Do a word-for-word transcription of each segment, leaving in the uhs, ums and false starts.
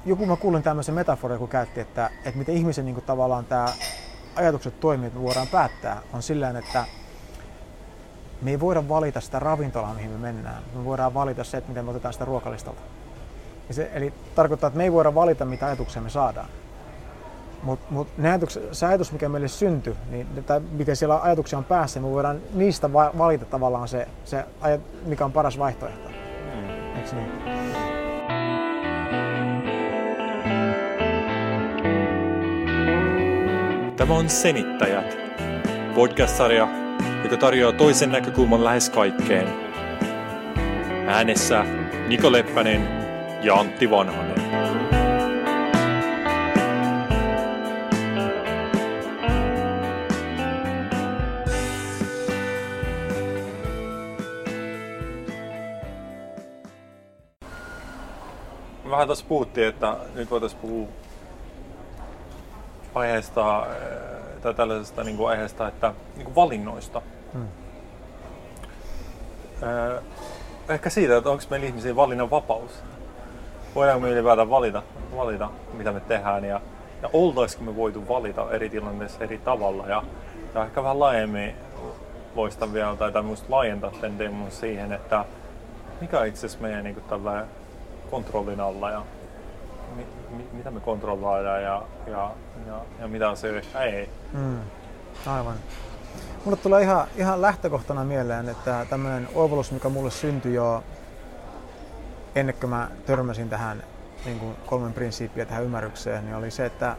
joku mä kuulin tämmöisen metaforan, kun käytti, että, että miten ihmisen niin kuin, tavallaan tämä ajatukset toimii, että me voidaan päättää, on sillä että me ei voida valita sitä ravintolaa, mihin me mennään. Me voidaan valita se, että miten me otetaan sitä ruokalistalta. Ja se, eli tarkoittaa, että me ei voida valita, mitä ajatuksia me saadaan. Mutta mut se ajatus, mikä meille syntyi, niin, tai miten siellä ajatuksia on päässä, niin me voidaan niistä va- valita tavallaan se, se mikä on paras vaihtoehto. Mm. Eikö niin? Tämä on Senittäjät, podcast-sarja, joka tarjoaa toisen näkökulman lähes kaikkeen. Äänessä Niko Leppänen ja Antti Vanhanen. Vähän tuossa puhuttiin, että nyt voitaisiin puhua aiheesta, tai tällaisesta niin kuin aiheesta, että niin kuin valinnoista. Hmm. Ehkä siitä, että onko meillä ihmisiä valinnan vapaus. Voidaanko me ylipäätään valita, valita mitä me tehdään ja, ja oltaisiko me voitu valita eri tilanteissa eri tavalla. Ja, ja ehkä vähän laajemmin loistan vielä, tai, tai muista laajentaa tämän teemun siihen, että mikä on itse asiassa meidän niin kuin tällainen kontrollin alla ja mi, mi, mitä me kontrolloidaan ja, ja, ja, ja mitä asioita ei. Mm, aivan. Mulle tulee ihan, ihan lähtökohtana mieleen, että tämmöinen oivallus, mikä mulle syntyi jo ennen kuin mä törmäsin tähän niin kuin kolmen prinsiippiä tähän ymmärrykseen, niin oli se, että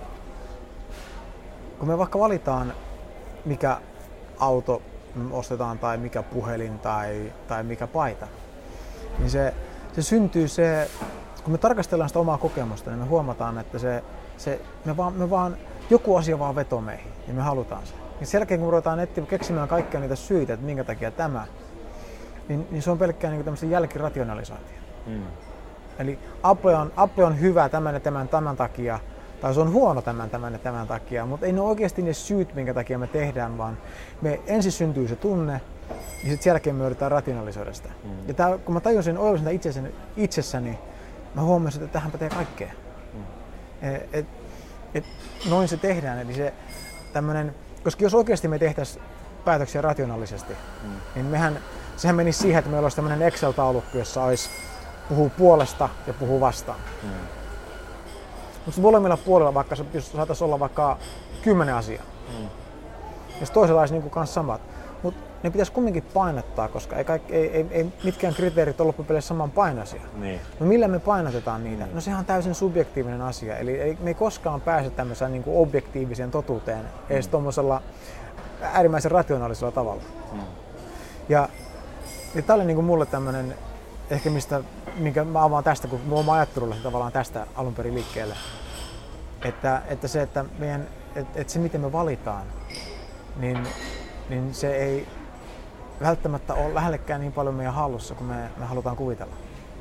kun me vaikka valitaan, mikä auto ostetaan tai mikä puhelin tai, tai mikä paita, niin se Se syntyy se, kun me tarkastellaan sitä omaa kokemusta, niin me huomataan, että se, se, me, vaan, me vaan, joku asia vaan vetoo meihin ja me halutaan se. Ja sen jälkeen kun me ruvetaan etsiä, keksimään kaikkia niitä syitä, että minkä takia tämä, niin, niin se on pelkkää niin tämmöistä jälkirationalisaatio. Mm. Eli Apple on, Apple on hyvä tämän ja tämän, tämän takia, tai se on huono tämän, tämän ja tämän takia, mutta ei ne oikeasti ne syyt, minkä takia me tehdään, vaan me ensin syntyy se tunne, ja sitten sen jälkeen me yritetään rationalisoida sitä. Mm. Ja tää, kun mä tajusin oivalsin itsessäni, itsessäni, mä huomasin, että tähän pätee kaikkea. Mm. Et, et, et, noin se tehdään. Eli se, tämmönen, koska jos oikeasti me tehtäisiin päätöksiä rationaalisesti, mm. niin mehän, sehän menisi siihen, että meillä olisi tämmöinen Excel-taulukko, jossa olisi puhuu puolesta ja puhuu vastaan. Mm. Mutta molemmilla puolella vaikka jos saataisiin olla vaikka kymmenen asiaa. Mm. Ja toisella olisi niinku kans samat. Mut ne pitäisi kumminkin painottaa, koska ei, kaikki, ei, ei, ei mitkään kriteerit ole loppupeleissä samanpainoisia. Niin. No millä me painotetaan niitä? No sehän on täysin subjektiivinen asia. Eli ei, me ei koskaan pääse tämmöiseen niin kuin objektiiviseen totuuteen, mm. edes tuommoisella äärimmäisen rationaalisella tavalla. Mm. Ja, ja tämä oli niin kuin mulle tämmöinen, ehkä mistä, minkä mä avaan tästä, kun mä oon ajattelulla tavallaan tästä alun perin liikkeelle. Että, että se, että, meidän, että, että se miten me valitaan, niin niin se ei välttämättä ole lähellekään niin paljon meidän hallussa kuin me, me halutaan kuvitella.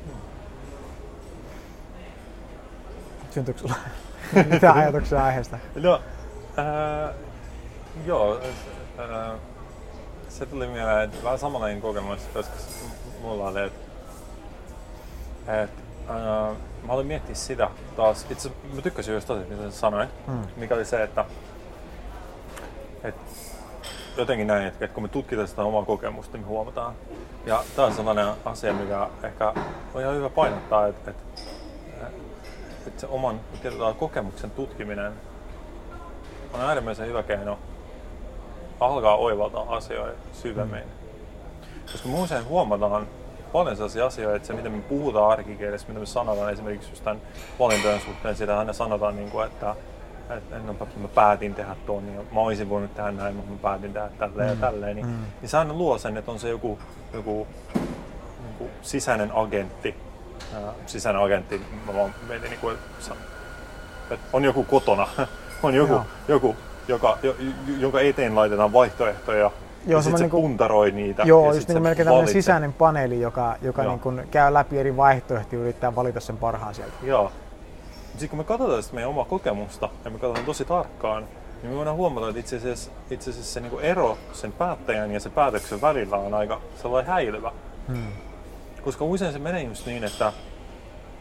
Syntyykö sulla mitä ajatuksia aiheesta? No, äh, joo, äh, se tuli mieleen, että vähän samanlainen kokemus, koska mulla oli, että et, äh, mä olin miettiä sitä taas, itse mä tykkäsin just tosi, mitä sanoin, hmm. mikä oli se, että et, jotenkin näin, että kun me tutkitaan sitä omaa kokemusta, niin me huomataan. Ja tämä on sellainen asia, mikä ehkä on ihan hyvä painottaa, että, että, että se oman tietyllä kokemuksen tutkiminen on äärimmäisen hyvä keino alkaa oivaltaa asioita syvemmin. Mm. Koska me usein huomataan paljon sellaisia asioita, että se miten me puhutaan arkikielessä, mitä me sanotaan esimerkiksi just tämän valintojen suhteen, sitä aina sanotaan, että että no, mä päätin tehdä tuon, niin mä olisin voinut tehdä näin, mutta mä päätin tehdä tälleen mm. ja tälleen, niin, mm. niin se aina luo sen, että on se joku, joku, joku sisäinen agentti, ää, sisäinen agentti, mä vaan mietin, niin kuin, että on joku kotona, on joku, joku joka, jo, jonka eteen laitetaan vaihtoehtoja joo, ja sitten se niin kuin, puntaroi niitä. Joo, ja just niin melkein tämmöinen sisäinen paneeli, joka, joka niin kuin käy läpi eri vaihtoehtoja ja yrittää valita sen parhaan sieltä. Joo. Sitten kun me katsotaan sitä meidän omaa kokemusta ja me katsotaan tosi tarkkaan, niin me voidaan huomata, että itse asiassa, itse asiassa se niin kuin ero sen päättäjän ja sen päätöksen välillä on aika sellainen häilyvä. Hmm. Koska usein se menee just niin, että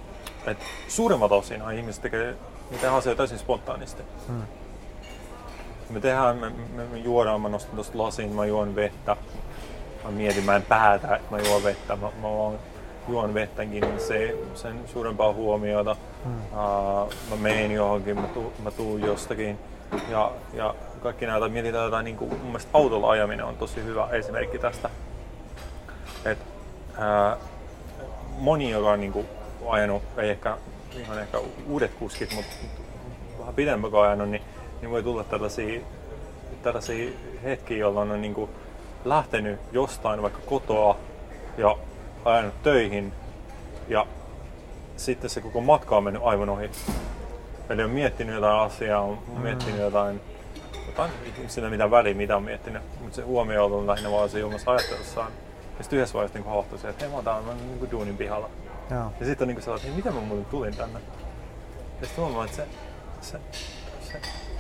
et suurimmat osin ihmiset tekee niitä asioita täysin spontaanisti. Hmm. Me tehdään, me, me, me juodaan, mä nostan tosta lasin, mä juon vettä. Mä mietin, mä en päätä, että mä juon vettä, mä, mä vaan juon vettäkin, niin se, sen suurempaa huomiota. Hmm. Uh, mä menen johonkin, mä, tu, mä tuun jostakin. Ja, ja kaikki näitä, mietitään jotain, niin kuin, mun mielestä autolla ajaminen on tosi hyvä esimerkki tästä. Et, ää, moni, joka on niin kuin, ajanut, ei ehkä ihan ehkä uudet kuskit, mutta vähän pidemmän ajanut, niin, niin voi tulla tällaisia, tällaisia hetkiä, jolloin on niin kuin, lähtenyt jostain vaikka kotoa ja ajanut töihin ja sitten se koko matka on mennyt aivan ohi. Eli on miettinyt jotain asiaa, on miettinyt jotain, jotain sillä mitä väliä, mitä on miettinyt, mutta se huomio on ollut lähinnä vaan se omassa ajattelussaan. Ja sitten yhdessä vaiheessa niin havahtui se, että hei, mä oon täällä niin kuin duunin pihalla. Joo. Ja sitten on niin sellainen, että hei, miten mä muuten tulin tänne? Ja sitten huomaa, että se, se, se,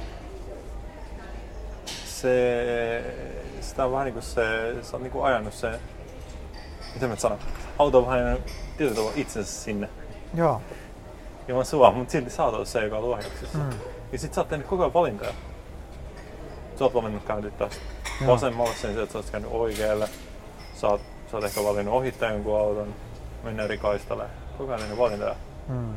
se, sitä on vähän niin kuin se, sä oot niin kuin ajanut se, mitä mä sanon, auto on vähän tietyllä tavalla itsensä sinne. Joo. Ilman sua, mutta silti sä oot se, joka on ohjauksessa. Mm. Ja sit sä oot tehnyt koko ajan valintoja. Sä oot valinnut kääntyä tästä vasemmalle sen, että sä oot käynyt oikealle. Sä oot, sä oot ehkä valinnut ohittaa jonkun auton, mennä eri kaistalle. Koko ajan valintoja. Mm.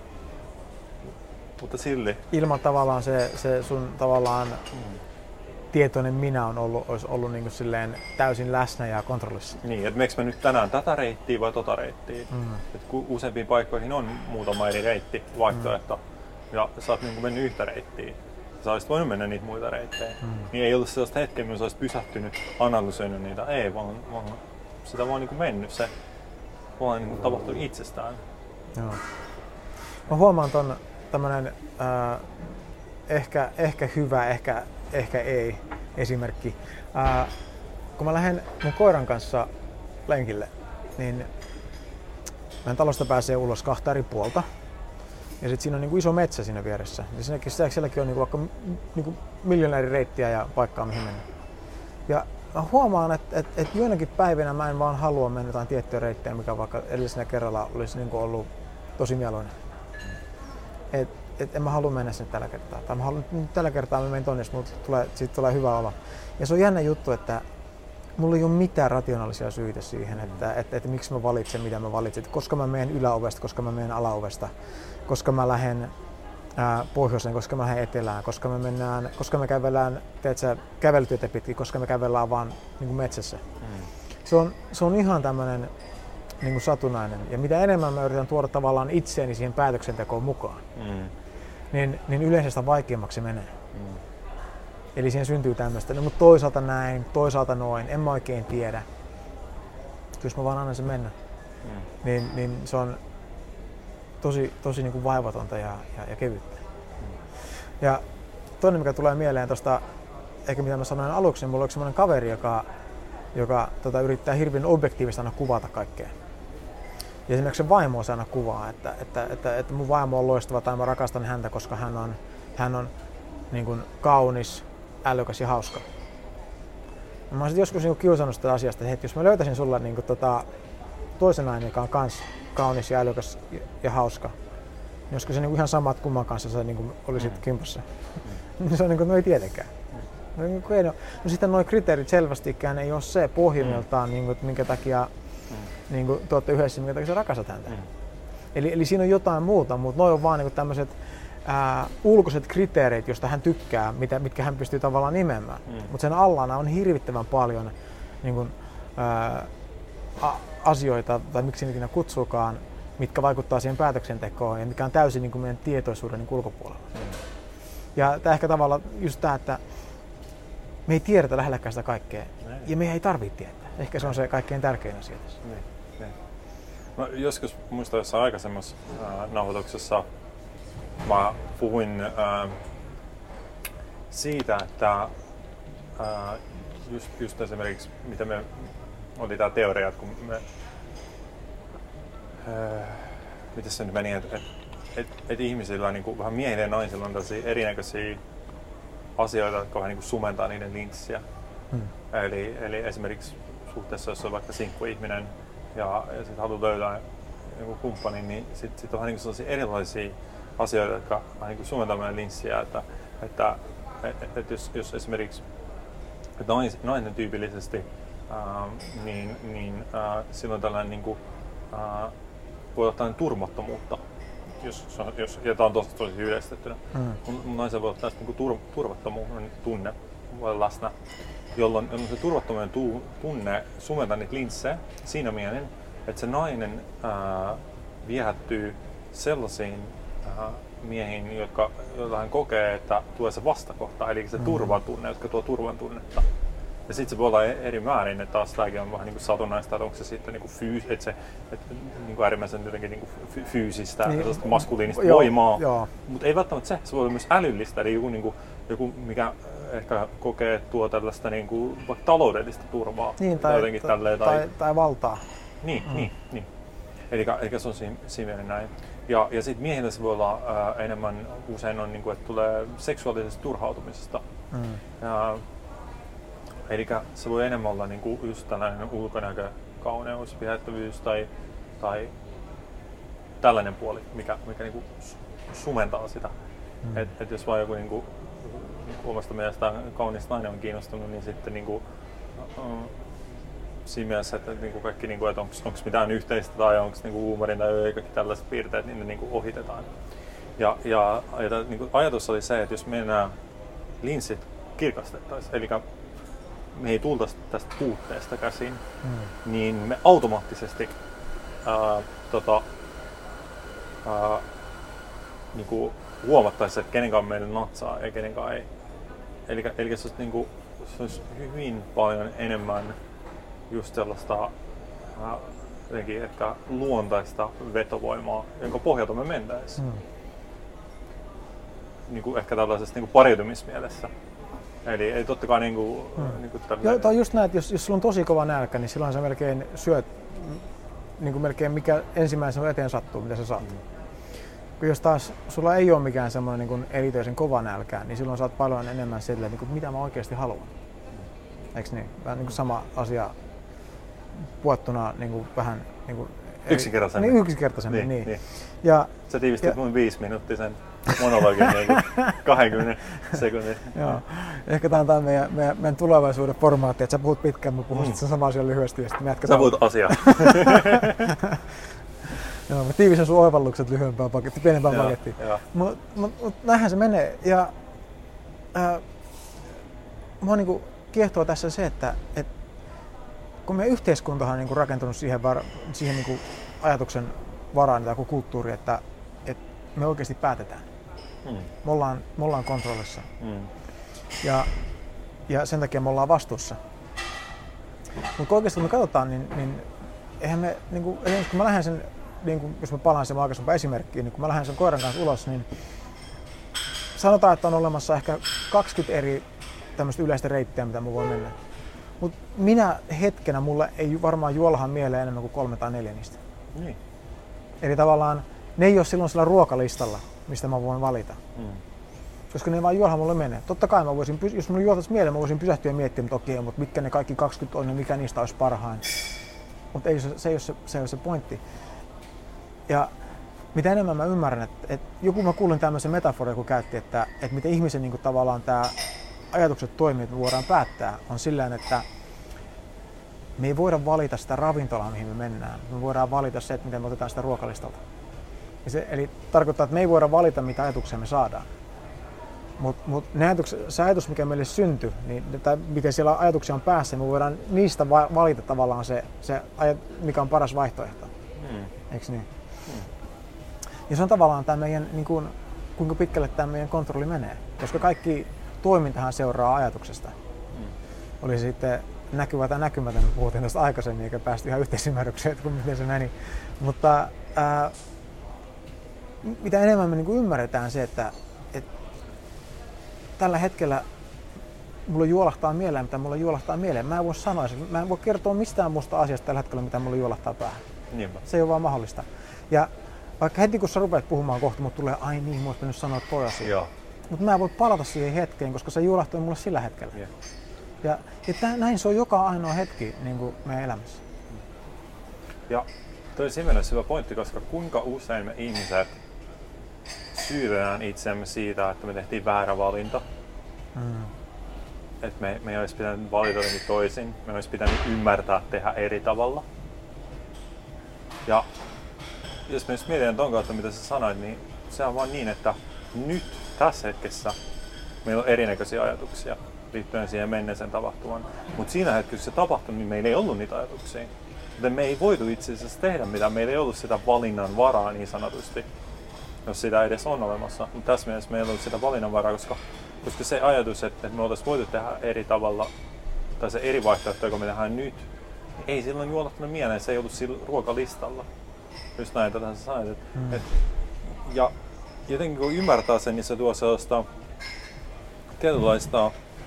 Mutta silti. Ilman tavallaan se, se sun tavallaan mm. tietoinen minä on ollut, olisi ollut niin kuin silleen täysin läsnä ja kontrollissa. Niin, että meneekö mä nyt tänään tätä reittiä vai tota reittiä? Mm. Että useampiin paikkoihin on muutama eri reitti vaihtoehto mm. ja sä oot niin kuin mennyt yhtä reittiä. Sä olisit voinut mennä niitä muita reittejä. Mm. Niin ei ollut sellaista hetkeä, missä olisit pysähtynyt, analysoinut niitä. Ei, vaan, vaan sitä vaan niin kuin mennyt. Se vaan niin kuin tapahtunut itsestään. Joo. Mä huomaan ton tämmönen äh, ehkä, ehkä hyvä, ehkä ehkä ei esimerkki. Ää, kun mä lähden mun koiran kanssa lenkille, niin meidän talosta pääsee ulos kahta eri puolta. Ja sit siinä on niinku iso metsä siinä vieressä. Ja siinäkin, sielläkin on niinku vaikka niinku miljoona eri reittiä ja paikkaa mihin mennä. Ja mä huomaan, että et, et joinakin päivinä mä en vaan halua mennä jotain tiettyä reittiä, mikä vaikka edellisenä kerralla olisi niinku ollut tosi mieluinen. Et, et en mä halua mennä sinne tällä kertaa. Tai mä haluan, nyt tällä kertaa mä menen tonne, mutta tulee, siitä tulee hyvä olo. Ja se on jännä juttu, että mulla ei ole mitään rationaalisia syitä siihen, että, että, että miksi mä valitsen, mitä mä valitsen. Koska mä menen yläovesta, koska mä menen alaovesta, koska mä lähden ää, pohjoiseen, koska mä lähden etelään, koska me mennään, koska me kävellään teetkö, kävelytyötä pitkin, koska me kävellään vaan niin kuin metsässä. Mm. Se, on, se on ihan tämmöinen niin kuin satunnainen. Ja mitä enemmän mä yritän tuoda tavallaan itseäni siihen päätöksentekoon mukaan, mm. niin, niin yleensä sitä vaikeammaksi se menee. Mm. Eli siihen syntyy tämmöistä, no, mutta toisaalta näin, toisaalta noin, en mä oikein tiedä. Jos mä vaan annan sen mennä, mm. niin, niin se on tosi, tosi niin kuin vaivatonta ja, ja, ja kevyttä. Mm. Ja toinen, mikä tulee mieleen tuosta, ehkä mitä mä sanoin aluksi, niin mulla oli semmoinen kaveri, joka, joka tota, yrittää hirveän objektiivisesti aina kuvata kaikkea. Ja esimerkiksi se vaimo on aina kuvaa, että, että, että, että mun vaimo on loistava tai mä rakastan häntä, koska hän on, hän on niin kuin kaunis, älykäs ja hauska. Ja mä oon joskus niin kiusannut sitä asiasta, että jos mä löytäisin sulle niin kuin, tota, toisen nainen, joka on kans kaunis ja älykäs ja, ja hauska, niin olisiko se niin kuin ihan sama, että kumman kanssa sä niin kuin olisit mm. kimpassa? Mm. niin se on niin kuin, no ei tietenkään. Mm. No, niin kuin, ei, no, no sitten nuo kriteerit selvästikään ei ole se pohjimmiltaan, mm. niin kuin, minkä takia mm. niin kuin, te olette yhdessä, minkä takia sä rakastat häntä. Mm. Eli, eli siinä on jotain muuta, mutta noi on vaan niin kuin tämmöiset Ää, ulkoiset kriteerit, joista hän tykkää, mitä, mitkä hän pystyy tavallaan nimeämään. Mm. Mutta sen allana on hirvittävän paljon niin kun, ää, a, asioita, tai miksi niitä kutsuukaan, mitkä vaikuttaa siihen päätöksentekoon ja mikä on täysin niin meidän tietoisuuden niin ulkopuolella. Mm. Ja tämä ehkä tavallaan just tämä, että me ei tiedetä lähellekään sitä kaikkea ne. Ja me ei tarvitse tietää. Ehkä se on se kaikkein tärkein asia tässä. Ne. Ne. No, joskus muistan jossain aikaisemmassa äh, nauhoituksessa mä puhuin äh, siitä, että äh, just, just esimerkiksi mitä me oli tää teoria, että kun me äh, miten se nyt meni, että et, et, et ihmisillä niinku, vähän miehillä ja naisilla on tällaisia erinäköisiä asioita, jotka vähän niinku sumentaa niiden linssiä. Hmm. Eli, eli esimerkiksi suhteessa, jos on vaikka sinkkuihminen ja, ja sit haluat löytää joku kumppani, niin sitten sit on vähän niin sellaisia erilaisia asioita, jotka vähän niin kuin suunnataan meidän linssiä, että, että et, et jos, jos esimerkiksi nais, nainen tyypillisesti, ää, niin, niin ää, silloin tällainen niin kuin, ää, voi olla tällainen turvattomuutta, jos, jos, ja tämä on tosi, tosi yleistettynä. Mm. Mun naisen voi olla tästä niin kuin tur, turvattomuuden tunne voi olla läsnä, jolloin, jolloin se turvattomuuden tu, tunne sumentaa niitä linssejä siinä mielin, että se nainen ää, viehättyy sellaisiin ää, miehiin, jotka, joilla hän kokee, että tulee se vastakohta, eli se mm. turvatunne, jotka tuo turvan tunnetta. Ja sitten se voi olla eri määrin, että taas tämäkin on vähän niin kuin satunnaista, että onko se sitten niin kuin fyys, että se että niin kuin äärimmäisen jotenkin niin kuin fyysistä, niin, maskuliinista joo, voimaa, mutta ei välttämättä se, se voi olla myös älyllistä, eli joku, niin kuin, joku mikä ehkä kokee tuo tällaista niin kuin, vaikka taloudellista turvaa. Niin, tai, tai, tälleen, tai, tai, tai valtaa. Niin, mm. niin, niin. Eli, eli se on siinä, siinä mielessä näin. Ja, ja sitten miehillä se voi olla ää, enemmän, usein on, niin kuin, että tulee seksuaalisesta turhautumisesta. Mm. Ja, eli se voi enemmän olla niin kuin just tällainen ulkonäkö, kauneus, viehättävyys tai, tai tällainen puoli, mikä, mikä niin kuin sumentaa sitä. Mm. Et, et jos vaan joku niin kuin, omasta mielestään kaunis nainen on kiinnostunut, niin sitten niin kuin, uh, siinä mielessä, että, että, että kaikki, niin kuin, että onko mitään yhteistä tai onko niin huumorin tai kaikki tällaiset piirteet, niin ne niin kuin ohitetaan. Ja, ja, ja niin kuin ajatus oli se, että jos me nämä linssit kirkastettaisiin, eli me ei tultaisi tästä puutteesta käsin, mm. niin me automaattisesti ää, tota, ää, niin kuin huomattaisiin, että kenenkaan meille natsaa ja kenenkaan ei. Eli, eli se, olisi, niin kuin, se olisi hyvin paljon enemmän just sellaista ää, jotenkin ehkä luontaista vetovoimaa, jonka pohjalta me mentäisiin. Mm. Niin kuin ehkä tällaisessa niin kuin pariutumismielessä. Eli ei totta kai niin kuin, mm. niin kuin Joo, tämä on just näin, että jos, jos sulla on tosi kova nälkä, niin silloin sä melkein syöt niin kuin melkein mikä ensimmäisenä eteen sattuu, mitä sä saat. Mm. Jos taas sulla ei ole mikään semmoinen niin kuin erityisen kova nälkä, niin silloin saat paljon enemmän sille, niin kuin, mitä mä oikeasti haluan. Mm. Eiks niin? Vähän niin kuin sama asia puettuna niin kuin vähän niin kuin yksinkertaisemmin. Niin, yksinkertaisemmin, niin. niin. niin. Ja, sä tiivistit mun viisi minuuttisen monologin niin kaksikymmentä sekunnin. Joo. Ehkä tämä on tämä meidän, meidän, meidän tulevaisuuden formaatti, että sä puhut pitkään, mä puhun mm. sen sama asian lyhyesti ja sitten me jatketaan. Sä puhut asiaa. Joo, mä tiivistän sun oivallukset lyhyempään pakettiin, pienempään pakettiin. Mutta mut, mut, näinhän se menee. Ja äh, mua niinku kiehtoo tässä se, että et, kun meidän yhteiskuntahan on niinku rakentunut siihen, var, siihen niinku ajatuksen varaan tai kulttuuri, että et me oikeasti päätetään. Mm. Me, ollaan, me ollaan kontrollissa. Mm. Ja, ja sen takia me ollaan vastuussa. Mutta oikeasti kun me katsotaan, niin, niin eihän me, niinku, esimerkiksi kun mä lähden sen, niin kun, jos mä palaan sen aikaisempaan esimerkkiin, niin kun mä lähden sen koiran kanssa ulos, niin sanotaan, että on olemassa ehkä kaksikymmentä eri tämmöistä yleistä reittiä, mitä mä voin mennä. Mutta minä hetkenä mulle ei varmaan juolahan mieleen enemmän kuin kolme tai neljä niistä. Niin. Eli tavallaan ne ei ole silloin sillä ruokalistalla, mistä mä voin valita. Mm. Koska ne vaan juolahan mulle menee. Totta kai mä voisin, jos mulle juoltaisi mieleen, mä voisin pysähtyä ja miettiä, että okei, mutta mitkä ne kaikki kaksikymmentä on ja mikä niistä olisi parhain. Mutta se, se, ei ole se, se ei ole se pointti. Ja mitä enemmän mä ymmärrän, että, että joku mä kuulin tämmöisen metaforia, kun käytti, että, että miten ihmisen niin kuin tavallaan tämä ajatukset toimii, että me voidaan päättää, on sillä että me ei voida valita sitä ravintolaa, mihin me mennään. Me voidaan valita se, että miten me otetaan sitä ruokalistalta. Ja se, eli tarkoittaa, että me ei voida valita, mitä ajatuksia me saadaan. Mutta mut se ajatus, mikä meille syntyi, niin, tai miten siellä ajatuksia on päässä, me voidaan niistä va- valita tavallaan se, se mikä on paras vaihtoehto. Mm. Eikö niin? Mm. Ja se on tavallaan tämä meidän, niin kuin, kuinka pitkälle tämä meidän kontrolli menee. Koska kaikki toimintahan seuraa ajatuksesta. Mm. Oli se sitten näkyvä tai näkymätön, puhuttiin tuosta aikaisemmin, eikä päästy ihan yhteisymmärrykseen, että miten se meni. Mutta ää, mitä enemmän me niin kuin ymmärretään se, että et, tällä hetkellä mulla juolahtaa mieleen, mitä mulla juolahtaa mieleen. Mä en voi sanoa, mä en voi kertoa mistään muusta asiasta tällä hetkellä, mitä mulla juolahtaa päähän. Niinpä. Se ei ole vaan mahdollista. Ja vaikka heti kun sä rupeat puhumaan kohta, mut tulee, ai niin, mä ois mennyt sanoa toi asia. Mutta mä en voi palata siihen hetkeen, koska se juolahtui mulle sillä hetkellä. Yeah. Ja, ja tämän, näin se on joka ainoa hetki niin kuin meidän elämässä. Ja Toi on siinä mielessä hyvä pointti, koska kuinka usein me ihmiset syytetään itseämme siitä, että me tehtiin väärä valinta. Mm. Että me, me ei olisi pitänyt valita jotenkin toisin, me olisi pitänyt ymmärtää tehdä eri tavalla. Ja jos me mietitään ton kautta, mitä sä sanoit, niin se on vaan niin, että nyt tässä hetkessä meillä on erinäköisiä ajatuksia liittyen siihen menneeseen tapahtumaan. Mutta siinä hetkessä, kun se tapahtui, niin meillä ei ollut niitä ajatuksia. Joten me ei voitu itse asiassa tehdä mitään. Meillä ei ollut sitä valinnan varaa niin sanotusti, jos sitä edes on olemassa. Mutta tässä mielessä meillä ei ollut sitä valinnan varaa, koska, koska se ajatus, että me oltaisiin voitu tehdä eri tavalla, tai se eri vaihtoehto, joka me tehdään nyt, niin ei silloin juolahtunut mieleen, se ei ollut sillä ruokalistalla. Just näin, tätä sä sanoit. Mm. Et, ja jotenkin kun ymmärtää sen, niin se tuo sellaista tietynlaista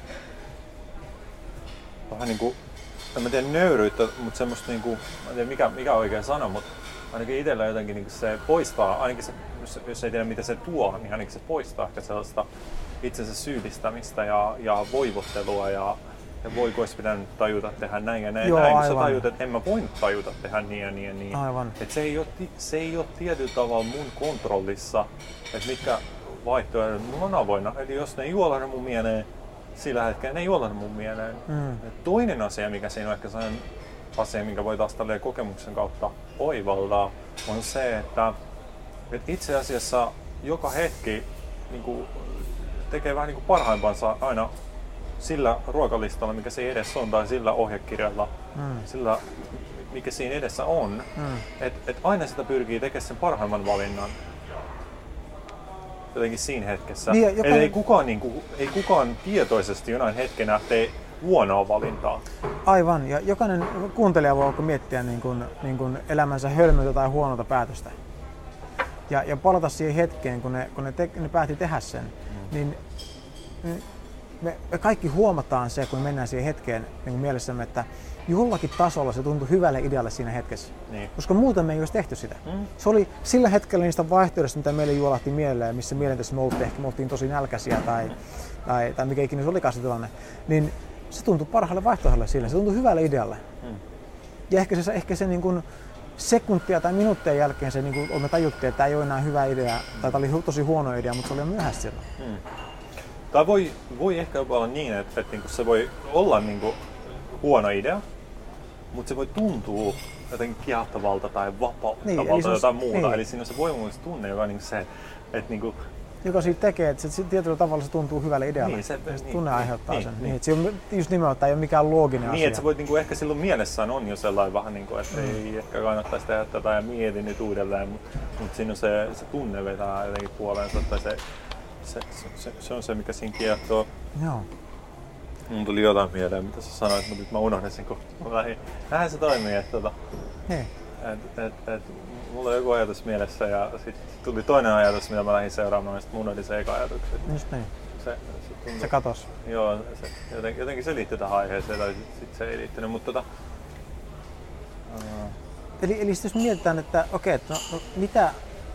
vähän niinku, en mä tiedä nöyryyttä, mutta semmoista niinku, mä en tiedä mikä, mikä on oikea sana, mutta ainakin itsellä jotenkin niinku se poistaa, ainakin se, jos, jos ei tiedä mitä se tuo, niin ainakin se poistaa ehkä sellaista itsensä syyllistämistä ja, ja voivottelua ja, ja voiko olisi pitänyt tajuta tehdä näin ja näin. Joo, näin, kun sä tajut, että en mä voinut tajuta tehdä niin ja niin ja niin. Aivan. Et se, ei ole, se ei ole tietyllä tavalla mun kontrollissa, että mitkä vaihtoehdot mulla on avoinna. Eli jos ne ei juolahda mun mieleen, sillä hetkellä ne ei juolahda mun mieleen. Mm. Toinen asia, mikä siinä on ehkä sellainen asia, minkä voi taas tälleen kokemuksen kautta oivaltaa, on se, että, että itse asiassa joka hetki niin kuin, tekee vähän niin kuin parhaimpansa aina sillä ruokalistalla, mikä siinä edessä on, tai sillä ohjekirjalla, mm. sillä mikä siinä edessä on. Mm. Että et aina sitä pyrkii tekemään sen parhaimman valinnan. Jotenkin siinä hetkessä. Niin, joka... ei, kukaan, niin kuin, ei kukaan tietoisesti jonain hetkenä tee huonoa valintaa. Aivan, ja jokainen kuuntelija voi miettiä niin kuin, niin kuin elämänsä hölmöitä tai huonota päätöstä. Ja, ja palata siihen hetkeen, kun ne, kun ne, te, ne päätti tehdä sen, mm. niin me, me kaikki huomataan se, kun mennään siihen hetkeen niin kuin mielessämme, että jollakin tasolla se tuntui hyvälle idealle siinä hetkessä. Niin. Koska muuten me ei olisi tehty sitä. Mm. Se oli sillä hetkellä niistä vaihtoehdoista, mitä meille juolahti mieleen, missä mielentässä me oltiin, ehkä me oltiin tosi nälkäisiä tai, tai, tai mikä ikinä se olikaan se tilanne, niin se tuntui parhaalle vaihtoehdolle sille, se tuntui hyvälle idealle. Mm. Ja ehkä se, ehkä se niin kuin sekuntia tai minuuttien jälkeen se, niin kuin me tajuttiin, että tämä ei ole enää hyvä idea, tai tämä oli tosi huono idea, mutta se oli jo myöhäistä silloin. Mm. Tai voi, voi ehkä jopa olla niin, että, että, että se voi olla niin kuin huono idea, mutta se voi tuntua jotenkin kiehtovalta tai vapauttavalta niin, tai jotain muuta. Niin. Eli siinä on se voimakas tunne, joka on niin se, että niin kuin joka siitä tekee, että se tietyllä tavalla se tuntuu hyvälle idealle. Niin, se, ja se niin, tunne niin, aiheuttaa niin, sen. Niin. Niin, että se on just nimenomaan, että ei ole mikään looginen niin, asia. Niin, että sä voit niinku, ehkä silloin mielessään on jo sellainen vähän niin kuin, että mm. ei ehkä kannattaisi tehdä tätä ja mietin nyt uudelleen, mutta mut siinä on se, se tunne vetää jotenkin puoleensa, tai se, se, se, se, se on se, mikä siinä kiehtoo. Joo. Mun tuli jotain mieleen, mitä sä sanoit, mutta nyt mä unohdin sen kohta. Näinhän se toimii, että tota, niin. et, et, et, mulla oli joku ajatus mielessä ja sitten tuli toinen ajatus, mitä mä lähdin seuraamaan, ja sitten mun oli se eka ajatus. Just niin. Se, se, tuntui, se katos. Joo, se, jotenkin, jotenkin se liittyy tähän aiheeseen, tai sitten se ei liittynyt, mutta tota... Uh... Eli, eli jos mietitään, että okei, okay, no, no, mitä,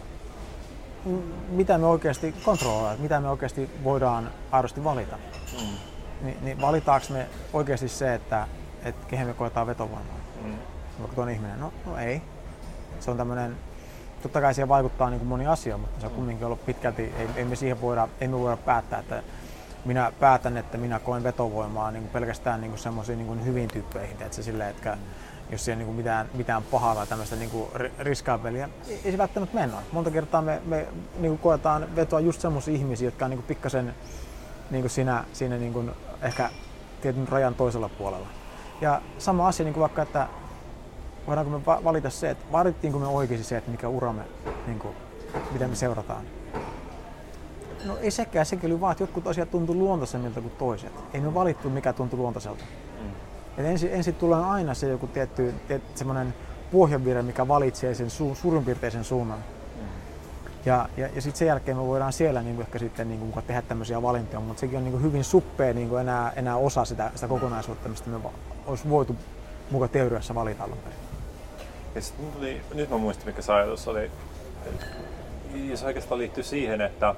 mitä me oikeasti kontrolloidaan, mitä me oikeasti voidaan aidosti valita, mm. Ni, niin valitaanko me oikeasti se, että, että kehen me koetaan vetovoimaa? Mm. Vaikka tuon ihminen? No, no ei. Se on tämmöinen, totta kai siihen vaikuttaa niin kuin moni asia, mutta se on kumminkin ollut pitkälti, ei, ei me siihen voida, ei me voida päättää, että minä päätän, että minä koen vetovoimaa niin kuin pelkästään niin kuin semmoisiin niin kuin hyviin tyyppeihin, että se silleen, että jos siellä ei niin kuin mitään, mitään pahaa tai tämmöistä niin kuin riskaapeliä, ei se välttämättä mennä. Monta kertaa me, me niin kuin koetaan vetoa just semmoisia ihmisiä, jotka on niin kuin pikkasen niin kuin siinä, siinä niin kuin ehkä tietyn rajan toisella puolella. Ja sama asia niin kuin vaikka, että voidaanko me valita se, että valittiinko me oikeasti se, että mikä ura me, niin kuin, miten me seurataan. No ei sekään, sekin oli vaan, että jotkut asiat tuntuu luontaisemmilta kuin toiset. Ei me valittu mikä tuntuu luontaiselta. Mm. Et ensin, ensin tulee aina se joku tietty, tietty semmoinen pohjavire, mikä valitsee sen su, suurinpiirteisen suunnan. Mm. Ja, ja, ja sitten sen jälkeen me voidaan siellä niin kuin ehkä sitten niin kuin tehdä tämmöisiä valintoja, mutta sekin on niin kuin hyvin suppea niin kuin enää, enää osa sitä, sitä kokonaisuutta, mistä me olisi voitu mukaan teoriassa valita alun perin. Ja sit tuli, nyt mä muistin, mikä se ajatus oli. Ja se oikeastaan liittyy siihen, että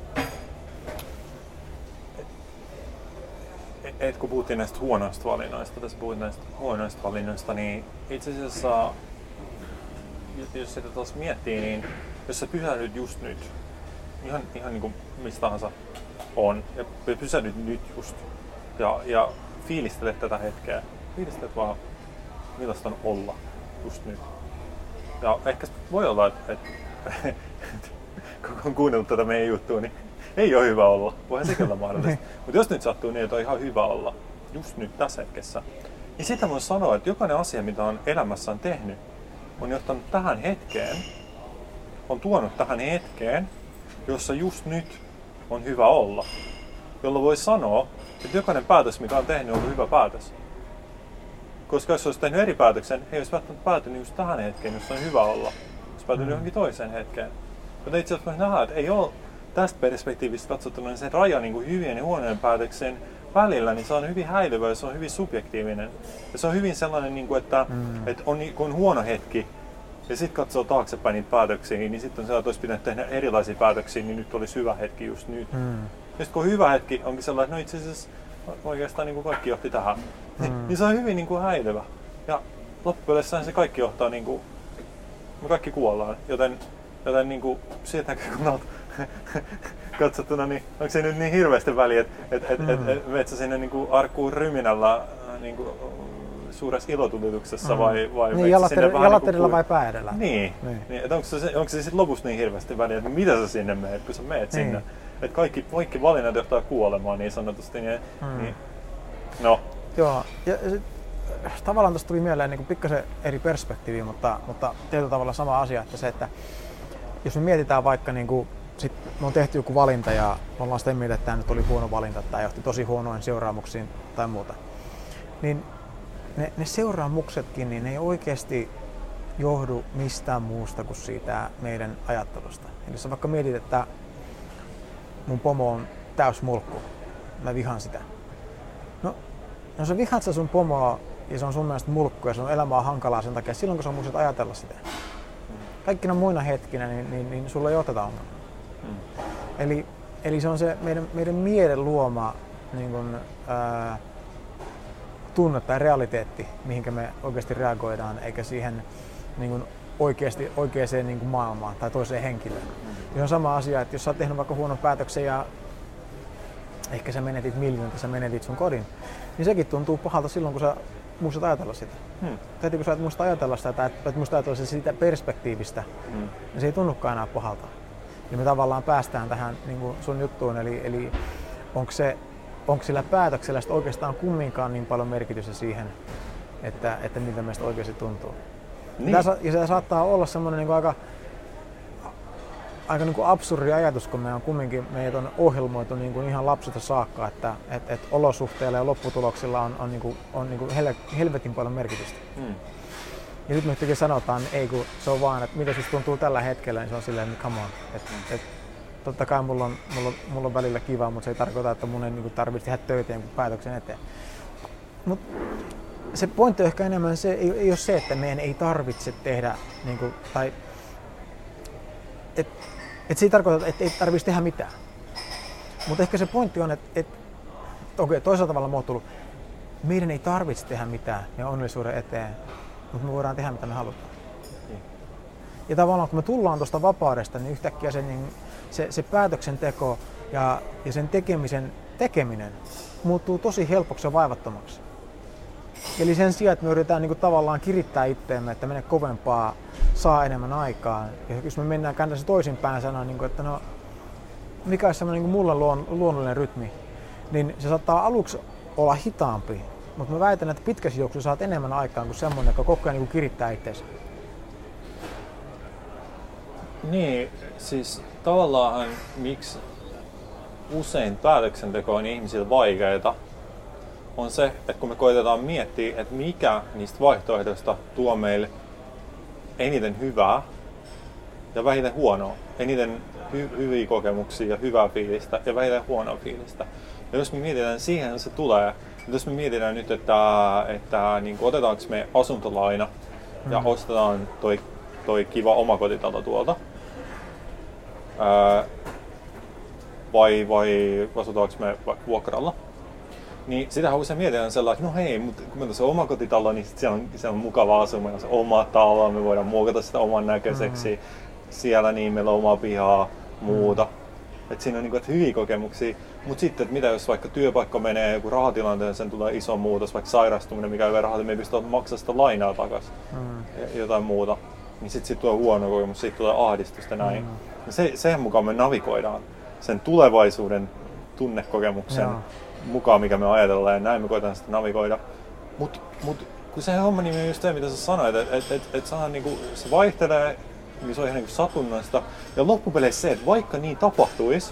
et, et kun puhuttiin näistä huonoista valinnoista, tässä puhuttiin näistä huonoista valinnoista, niin itse asiassa jos sitä taas miettii, niin jos sä pysähdyt just nyt, ihan, ihan niin kuin mistä tahansa on, ja pysähdyt nyt just, ja, ja fiilistelet tätä hetkeä, fiilistelet vaan millaista on olla just nyt. Ja ehkä voi olla, että, että kun on kuunnellut tätä meidän juttua, niin ei ole hyvä olla. Voihan sekin olla mahdollista. Mutta jos nyt sattuu niin, että on ihan hyvä olla just nyt tässä hetkessä, niin sitä voi sanoa, että jokainen asia, mitä on elämässään tehnyt, on johtanut tähän hetkeen, on tuonut tähän hetkeen, jossa just nyt on hyvä olla. Jolloin voi sanoa, että jokainen päätös, mikä on tehnyt, on ollut hyvä päätös. Koska jos olisi tehnyt eri päätöksen, ei olisi välttämättä päätynyt just tähän hetkeen, jossa on hyvä olla. Olisi päätynyt mm. johonkin toiseen hetkeen. Mutta itse asiassa voisi nähdä, että ei ole tästä perspektiivistä katsottuna niin se raja niin kuin hyvien ja huonojen päätöksen välillä, niin se on hyvin häilyvä ja se on hyvin subjektiivinen. Ja se on hyvin sellainen, niin kuin, että, mm. että on, kun on huono hetki ja sitten katsoo taaksepäin niitä päätöksiä, niin sitten on sellainen, että olisi pitänyt tehdä erilaisia päätöksiä, niin nyt olisi hyvä hetki just nyt. Mm. Ja sitten kun on hyvä hetki, onkin sellainen, että no itse asiassa oikeastaan niin kuin kaikki johti tähän. Mm. Niin se on hyvin niin kuin häilyvä. Ja loppupeleissä se kaikki johtaa, niin kuin, me kaikki kuollaan. Joten, joten niin kuin, siitä näkökulmalta katsottuna, niin onko se nyt niin hirveästi väliä, että et, et, mm. et, et, menet sä sinne niin kuin arkkuun ryminällä niin kuin, suuressa ilotulituksessa mm. vai, vai niin, jalatterilla jalatterilla niin vai pää edellä? Niin. niin. niin onko se, onko se sitten lopussa niin hirveästi väliä, että mitä sä sinne meet, kun sä meet niin. sinne? Että kaikki, kaikki valinnat johtaa kuolemaan niin sanotusti. Niin, mm. niin, no. Joo. Ja, sit, tavallaan tuosta tuli mieleen niin pikkasen eri perspektiivi, mutta, mutta tietyllä tavalla sama asia, että se, että jos me mietitään vaikka, niin kuin, sit me on tehty joku valinta ja me ollaan sitä mieltä, että tämä nyt oli huono valinta tai johti tosi huonoin seuraamuksiin tai muuta, niin ne, ne seuraamuksetkin, niin ne ei oikeasti johdu mistään muusta kuin siitä meidän ajattelusta. Eli jos vaikka mietit, että mun pomo on täys mulkku, mä vihaan sitä. No, no sä vihaat sä sun pomoa ja se on sun mielestä mulkku ja sun elämä on hankalaa sen takia, silloin kun sä muistat ajatella sitä. Kaikkina muina hetkinä, niin, niin, niin sulla ei ole tätä ongelmaa. Mm. Eli, eli se on se meidän, meidän mielen luoma niin kun, ää, tunne tai realiteetti, mihinkä me oikeasti reagoidaan, eikä siihen niin kun, oikeasti, oikeaan niin kun maailmaan tai toiseen henkilöön. Mm. Se on sama asia, että jos sä oot tehnyt vaikka huonon päätöksen ja ehkä sä menetit miljoonat ja sä menetit sun kodin, niin sekin tuntuu pahalta silloin, kun sä muistat ajatella sitä. Hmm. Täytyy, kun sä et muista ajatella sitä tai et muista ajatella sitä siitä perspektiivistä, hmm. niin se ei tunnukaan enää pahalta. Ja me tavallaan päästään tähän niin kuin sun juttuun, eli, eli onko, se, onko sillä päätöksellä oikeastaan kumminkaan niin paljon merkitystä siihen, että, että miltä meistä oikeasti tuntuu. Niin. Ja, ja se saattaa olla semmoinen niin kuin aika, aika niin kuin absurdi ajatus, kun me on kumminkin meitä on ohjelmoitu niin kuin ihan lapsesta saakka, että et, et olosuhteilla ja lopputuloksilla on, on, niin kuin, on niin kuin hel, helvetin paljon merkitystä. Mm. Ja nyt me yhtäkkiä sanotaan, ei kun se on vaan, että mitä susta tuntuu tällä hetkellä, niin se on silleen, että come on. Et, mm. et, totta kai mulla on, mulla, on, mulla on välillä kiva, mutta se ei tarkoita, että mun ei niin kuin tarvitse tehdä töitä jonkun päätöksen eteen. Mut se pointti on ehkä enemmän se, ei, ei ole se, että meidän ei tarvitse tehdä, niin kuin, tai et, et se ei tarkoita, että ei tarvitsisi tehdä mitään. Mutta ehkä se pointti on, että et, okei, toisella tavalla muotoilu, meidän ei tarvitse tehdä mitään meidän onnellisuuden eteen, mutta me voidaan tehdä mitä me halutaan. Mm. Ja tavallaan kun me tullaan tuosta vapaudesta, niin yhtäkkiä se, niin, se, se päätöksenteko ja, ja sen tekemisen tekeminen muuttuu tosi helpoksi ja vaivattomaksi. Eli sen sijaan, että me yritetään niin kuin, tavallaan kirittää itteemme, että mene kovempaa, saa enemmän aikaa. Ja jos me mennään käännetään se toisinpäin sanoa, niin kuin, että no, mikä olisi semmoinen niin mulle luon, luonnollinen rytmi, niin se saattaa aluksi olla hitaampi. Mutta mä väitän, että pitkässä juoksussa saat enemmän aikaan kuin semmoinen, joka koko ajan niin kirittää itseensä. Niin, siis tavallaan miksi usein päätöksenteko on ihmisillä vaikeaa, on se, että kun me koitetaan miettiä, että mikä niistä vaihtoehdoista tuo meille eniten hyvää ja vähiten huonoa, eniten hy- hyviä kokemuksia ja hyvää fiilistä ja vähiten huonoa fiilistä. Ja jos me mietitään, siihen se tulee. Jos me mietitään nyt, että, että niin otetaanko me asuntolaina ja mm. ostetaan toi, toi kiva omakotitalo tuolta, ää, vai, vai asutaanko me vaikka vuokralla, Niin sitähän usein mietitään sellainen, että no hei, mutta kun meillä on se omakotitalo, niin siellä on, siellä on mukava asua, meillä on se oma talo, me voidaan muokata sitä oman näköiseksi. Mm. Siellä niin meillä on oma pihaa, muuta. Mm. Että siinä on niin kuin, että hyviä kokemuksia. Mutta sitten, että mitä jos vaikka työpaikka menee joku rahatilanteen, sen tulee iso muutos, vaikka sairastuminen, mikä ei ole rahat, me ei pystytä maksamaan sitä lainaa takaisin. Mm. Ja jotain muuta. Niin sitten sit tulee huono kokemus, sitten tulee ahdistusta näin. Mm. Ja se, sen mukaan me navigoidaan sen tulevaisuuden tunnekokemuksen Jaa. mukaan, mikä me ajatellaan, ja näin me koetaan sitä navigoida. Mutta mut, kun se homma niin on just se, mitä sä sanoit, että et, et, et niinku, se vaihtelee, niin se on ihan niinku satunnaista. Ja loppupeleissä se, että vaikka niin tapahtuisi,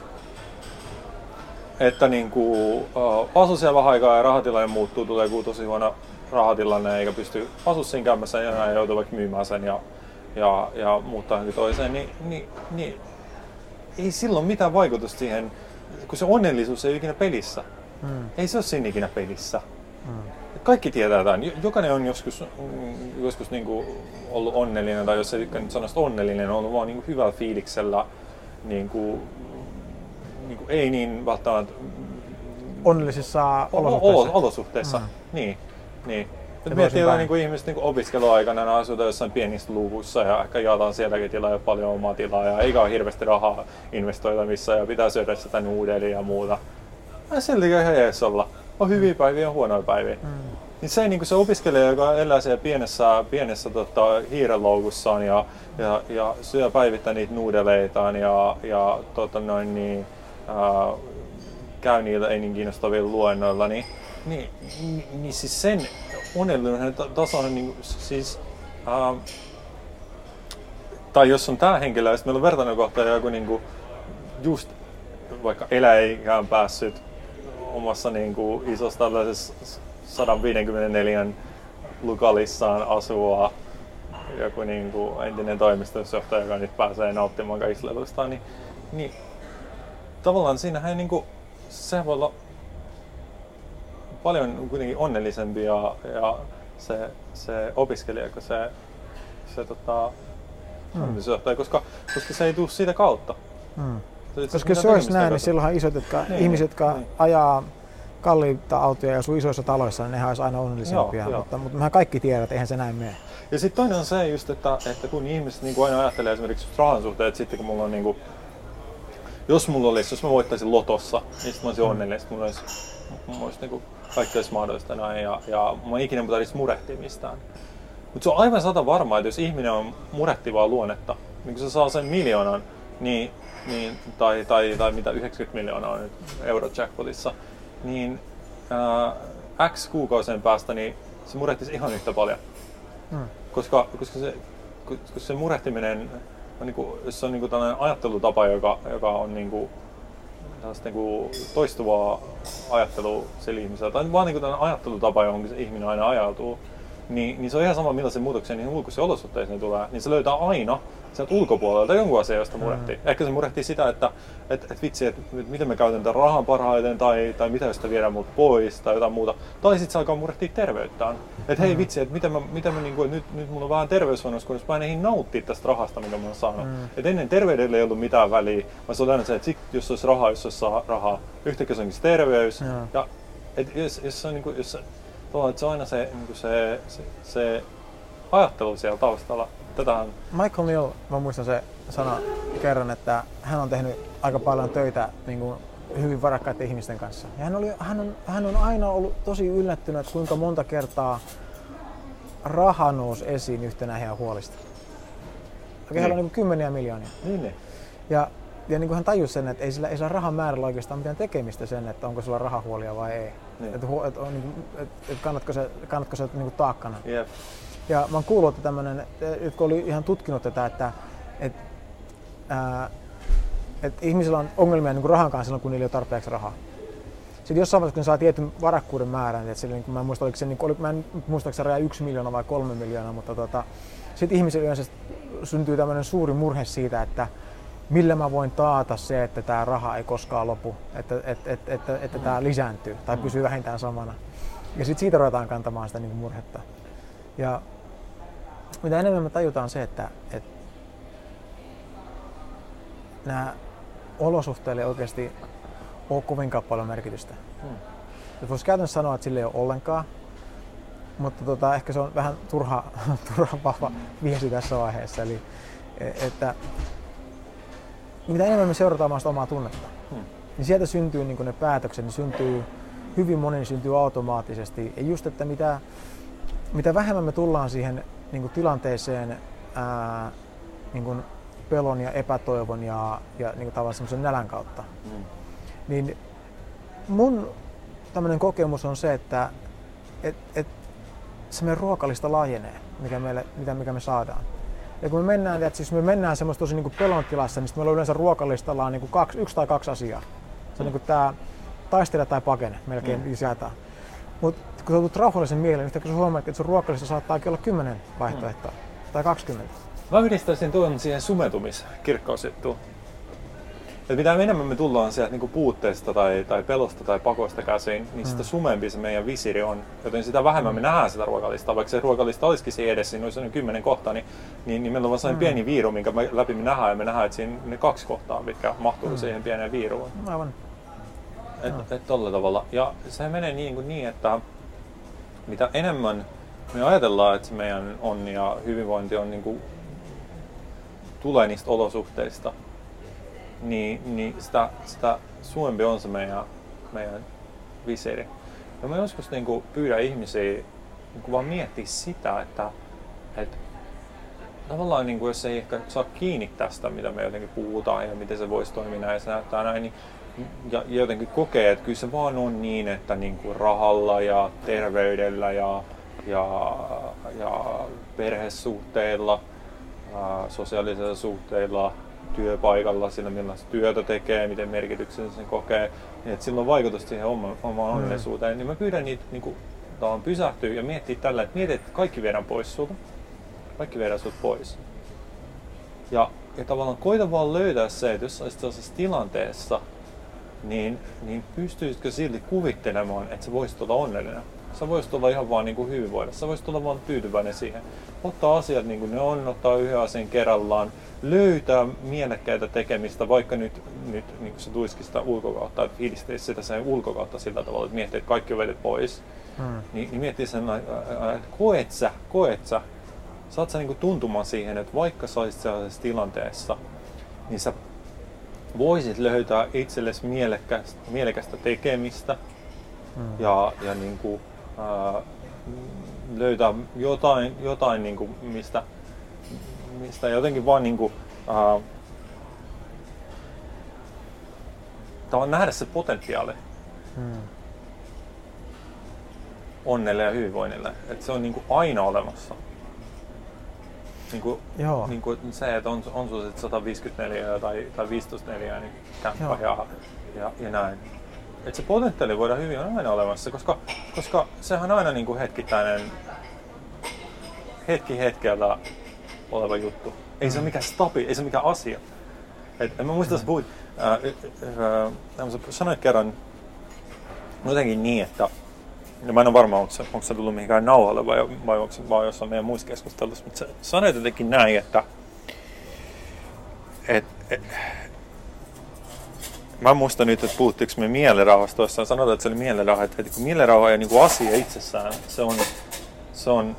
että niinku, uh, asu siellä vähän aikaa ja rahatilanne muuttuu, tulee joku tosi huono rahatilanne eikä pysty asu siinä käymässä ja enää joutuu vaikka myymään sen ja, ja, ja muuttaa johonkin toiseen, niin, niin, niin ei silloin mitään vaikutusta siihen, kun se onnellisuus ei ole ikinä pelissä. Mm. Ei se ole siinä ikinä pelissä. Mm. Kaikki tietää tämän. Jokainen on joskus, joskus niinku ollut onnellinen, tai jos ei tykkää nyt sanoa onnellinen, on ollut vaan niinku hyvällä fiiliksellä, niinku, niinku, ei niin välttämättä onnellisissa olosuhteissa. olosuhteissa. Mm. Niin, niin. Miettii jotain niinku ihmiset niinku opiskeluaikana, ne asutaan jossain pienissä luvuissa ja ehkä jaetaan sielläkin tilaa ja paljon omaa tilaa ja eikä ole hirveästi rahaa investoida missään ja pitää syödä sitä nuudelia ja muuta. Ja siltikin ihan jees olla. On hyviä päiviä ja huonoja päiviä. Mm. Niin se, niin se opiskelija, joka elää siellä pienessä, pienessä tota, hiirenloukussaan ja, ja, ja syö päivittäin niitä nuudeleitaan ja, ja tota, noin, niin, ää, käy niillä ei niin kiinnostavilla luennoilla, niin, niin, niin, niin siis sen onnellinen taso on niin, siis, ää, tai jos on tää henkilö, ja meillä on vertailukohta joku niin just vaikka eläikään päässyt omassa niin kuin, isossa tällaisessa sata viisikymmentäneljä lukalissaan asua joku niin kuin, entinen toimistusjohtaja, joka nyt pääsee nauttimaan kaikista leluistaan, niin, niin tavallaan siinähän niin kuin, se voi olla paljon kuitenkin onnellisempi ja, ja se, se opiskelija kuin se, se tota, toimitusjohtaja, mm. koska, koska se ei tule siitä kautta. Mm. Koska jos se olisi näin, niin silloinhan isot, jotka, niin, ihmiset, jotka niin. ajaa kalliita autoja ja asuu isoissa taloissa, niin nehän olisi aina onnellisempia. Joo, mutta, mutta mehän kaikki tiedät, että eihän se näin mene. Ja sitten toinen on se just, että, että kun ihmiset niin kuin aina ajattelee esimerkiksi rahan suhteen, että sitten kun mulla on niin kuin, jos mulla olisi, jos mä voittaisin lotossa, niin sitten mä olisin mm. onnellinen, sitten mulla olisi, mulla olisi niin kuin, kaikki olisi mahdollista näin ja, ja mä ikinä ei tarvitsisi murehtia mistään. Mutta se on aivan sata varmaa, että jos ihminen on murehtivaa luonnetta, niin kun se saa sen miljoonan, niin Niin, tai, tai, tai mitä yhdeksänkymmentä miljoonaa on nyt Eurojackpotissa, niin ää, X kuukausien päästä niin se murehtisi ihan yhtä paljon. Hmm. Koska, koska, se, koska se murehtiminen on, niinku, se on niinku tällainen ajattelutapa, joka, joka on niinku, niinku toistuvaa ajattelua sillä ihmisellä, tai vaan niinku tällainen ajattelutapa, johon se ihminen aina ajautuu. Niin, niin se on ihan sama, millaisen muutoksen niihin ulkoisiin olosuhteisiin tulee, niin se löytää aina sieltä ulkopuolelta jonkun asian, josta murehtii. Mm. Ehkä se murehtii sitä, että et, et vitsi, että et, miten me käytän tämän rahan parhaiten, tai, tai mitä jos sitä viedään multa pois, tai jotain muuta. Tai sitten se alkaa murehtia terveyttään. Että hei vitsi, että miten mä, miten mä niinku, nyt, nyt mulla on vähän terveysvanhus, kun jos mä en ehdi nauttia tästä rahasta, minkä mä oon saanut. Mm. Et ennen terveydellä ei ollut mitään väliä, vaan se on aina se, että sit, jos olisi rahaa, jos olisi rahaa, yhtäkkiä se onkin se terveys. Mm. Ja et, jos, jos se on niinku, jos että se on aina se, niin se, se, se ajattelu siellä taustalla. Tätähän... Michael Neal, mä muistan se sana kerran, että hän on tehnyt aika paljon töitä niin kuin hyvin varakkaiden ihmisten kanssa. Ja hän, oli, hän, on, hän on aina ollut tosi yllättynyt, että kuinka monta kertaa raha nousi esiin yhtenä heidän huolista. Oikein niin. Heillä on niin kuin kymmeniä miljoonia. Niin, niin. Ja, ja niin kuin hän tajusi sen, että ei sillä, ei sillä rahan määrällä oikeastaan mitään tekemistä sen, että onko sulla rahahuolia vai ei. Niin. Että et, et, et kannatko se, kannatko se niin kuin taakkana. Yep. Ja mä oon kuullut, että tämmönen, jotka oli ihan tutkinut tätä, että et, ää, et ihmisillä on ongelmia niin kuin rahan kanssa silloin, kun niillä ei ole tarpeeksi rahaa. Sitten jossain vaiheessa, kun saa tietyn varakkuuden määrän, että sillä, niin mä en muista, oliko se, niin, oli, mä en muista, se raja yksi miljoona vai kolme miljoonaa, mutta tota, sitten ihmisillä yleensä syntyy tämmöinen suuri murhe siitä, että millä mä voin taata se, että tämä raha ei koskaan lopu, että, että, että, että, että tämä lisääntyy tai pysyy vähintään samana. Ja sitten siitä ruvetaan kantamaan sitä niin kuin murhetta. Ja mitä enemmän me tajutaan se, että, että nämä olosuhteille oikeasti ole kovinkaan paljon merkitystä. Hmm. voisi käytännössä sanoa, että sillä ei ole ollenkaan, mutta tota, ehkä se on vähän turha, turha vahva viesti tässä vaiheessa. Eli että mitä enemmän me seurataan sitä omaa tunnetta, hmm. niin sieltä syntyy niin ne päätökset, niin syntyy, hyvin moni syntyy automaattisesti. Ja just, että mitä, mitä vähemmän me tullaan siihen niin tilanteeseen ää, niin pelon ja epätoivon ja, ja niin tavallaan semmoisen nälän kautta, hmm. niin mun tämmöinen kokemus on se, että et, et se meidän ruokalista laajenee, mikä, meille, mitä, mikä me saadaan. Ja kun me mennään, että siis me mennään semmoista tosi niin pelon tilassa, niin meillä on yleensä ruokalistalla niin kaksi, yksi tai kaksi asiaa. Se on mm. niin tämä taistele tai pakene, melkein mm. jaetaan. Mutta kun sä tulet rauhallisen mieleen, niin yhtäkkiä sä huomaat, että sun ruokalista saattaa olla kymmenen vaihtoehtoa mm. tai kaksikymmentä. Mä yhdistäisin tuon siihen sumetumiskirkkausjuttuun. Että mitä enemmän me tullaan sieltä niinku puutteesta tai, tai pelosta tai pakosta käsiin, niin sitä mm. sumempi se meidän visiri on. Joten sitä vähemmän me nähdään sitä ruokalistaa. Vaikka se ruokalista olisikin siinä edessä, siinä olisi kymmenen kohtaa, niin, niin, niin meillä on vaan sellainen mm. pieni viiru, minkä läpi me nähdään. Ja me nähdään, että siinä ne kaksi kohtaa, mitkä mahtuu mm. siihen pieneen viiruun. Aivan. Että et tolla tavalla. Ja se menee niin, kuin niin, että mitä enemmän me ajatellaan, että meidän onni ja hyvinvointi on, niin kuin, tulee niistä olosuhteista, Niin, niin sitä, sitä suomempi on se meidän, meidän visiri. Ja mä joskus niin kuin pyydän ihmisiä niin vaan miettiä sitä, että, että tavallaan niin kuin jos ei ehkä saa kiinni tästä, mitä me jotenkin puhutaan ja miten se voisi toimia näin ja se näyttää näin, niin, ja, ja jotenkin kokee, että kyllä se vaan on niin, että niin kuin rahalla ja terveydellä ja, ja, ja perhesuhteilla, ää, sosiaalisilla suhteilla, työpaikalla, sillä millaista työtä tekee, miten merkityksen sen kokee, niin että sillä on vaikutus siihen omaan, omaan mm. onnellisuuteen. Niin mä pyydän niitä niin kuin, pysähtyä ja miettiä tällä, että mietit, että kaikki viedään pois sulta. Kaikki viedään sulta pois. Ja, ja tavallaan koita vaan löytää se, että jos olisit sellaisessa tilanteessa, niin, niin pystyisitkö silti kuvittelemaan, että sä voisit olla onnellinen. Sä voisit olla ihan vaan niin kuin hyvinvoida. Sä voisit olla vaan tyytyväinen siihen. Ottaa asiat niin kuin ne on, ottaa yhden asian kerrallaan. Löytää mielekkäitä tekemistä, vaikka nyt, nyt niin kuin se tulisikin sitä ulkokautta, että fiilisteisi sitä sen ulkokautta sillä tavalla, että miettii, että kaikki on vedetty pois. Hmm. Niin, niin miettii sen, että koet sä, koet sä, saat sä niin kuin tuntumaan siihen, että vaikka sä olisit sellaisessa tilanteessa, niin sä voisit löytää itsellesi mielekästä, mielekästä tekemistä hmm. ja, ja niin kuin, ää, löytää jotain, jotain niin kuin, mistä mistä jotenkin vaan niinku uh, tavallaan nähdä se potentiaali hmm. onnelle ja hyvinvoinnille, että se on niinku aina olemassa. Niinku, niinku se, että on, on sulla sata viisikymmentäneljä tai, tai viisitoista neliötä niin kämppä ja, ja, ja näin. Että se potentiaali voidaan hyvin on aina olemassa, koska, koska sehän on aina niinku hetkittäinen hetki hetkeltä oleva juttu. Ei se ole mikään stabi, ei se ole mikään asia. Et, en mä muista, että sä puhuit, ää, ää, ää, sanoit kerran jotenkin niin, että ja mä en ole varma, onko se, onko se tullut mihinkään nauhalle vai, vai onko se vaan jossain meidän muissa keskustelussa, mutta sä sanoit jotenkin näin, että et, et, mä en muista nyt, että puhuttiinko me mielenrauhasta tuossa, sanotaan, että se oli mielenrauha, että, että kun mielenrauha ei niin asia itsessään, se on, se on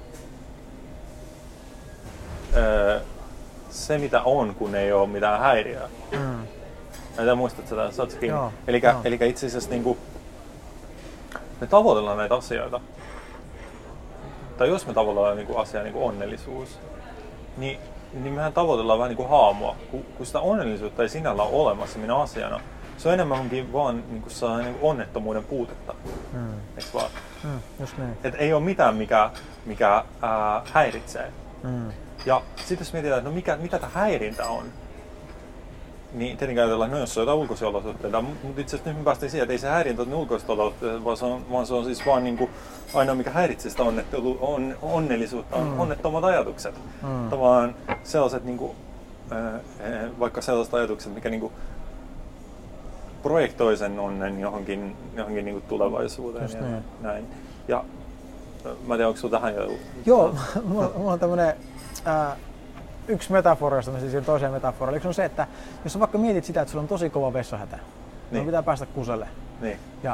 se mitä on, kun ei ole mitään häiriöä. Mm. Mä en muista, että sä saat se kiinni. Eli, eli itse asiassa niin kuin, me tavoitellaan näitä asioita. Tai jos me tavoitellaan niin kuin asiaa niin kuin onnellisuus, niin, niin mehän tavoitellaan vähän niin kuin haamua. Kun, kun sitä onnellisuutta ei sinällä ole olemassa minä asiana, se on enemmänkin vaan niin kuin saa, niin kuin onnettomuuden puutetta. Mm. Eiks vaan? Mm, just niin. Et ei ole mitään, mikä, mikä ää, häiritsee. Mm. Ja sitten jos mietitään, että no mikä, mitä tämä häirintä on, niin tietenkin ajatellaan, että no jos se on jotain ulkoisia olosuhteita, mutta itse asiassa nyt me päästiin siihen, että ei se häirintä ole ulkoista olosuhteita, vaan se on, vaan se on siis vaan niin kuin ainoa, mikä häiritsee sitä onnettelu, on, onnellisuutta, on mm. onnettomat ajatukset. Mm. Tavallaan sellaiset, niin kuin, äh, vaikka sellaiset ajatukset, mikä niin kuin projektoi sen onnen johonkin, johonkin niin kuin tulevaisuuteen just ja niin. Näin. Ja mä en tiedä, onko sulla tähän jo... Joo, mulla, mulla on tämmönen Äh, yksi metafora, josta mä siis toiseen metaforaan. Yksi on se, että jos sä vaikka mietit sitä, että sulla on tosi kova vessahätä, niin pitää päästä kuselle. Niin. Ja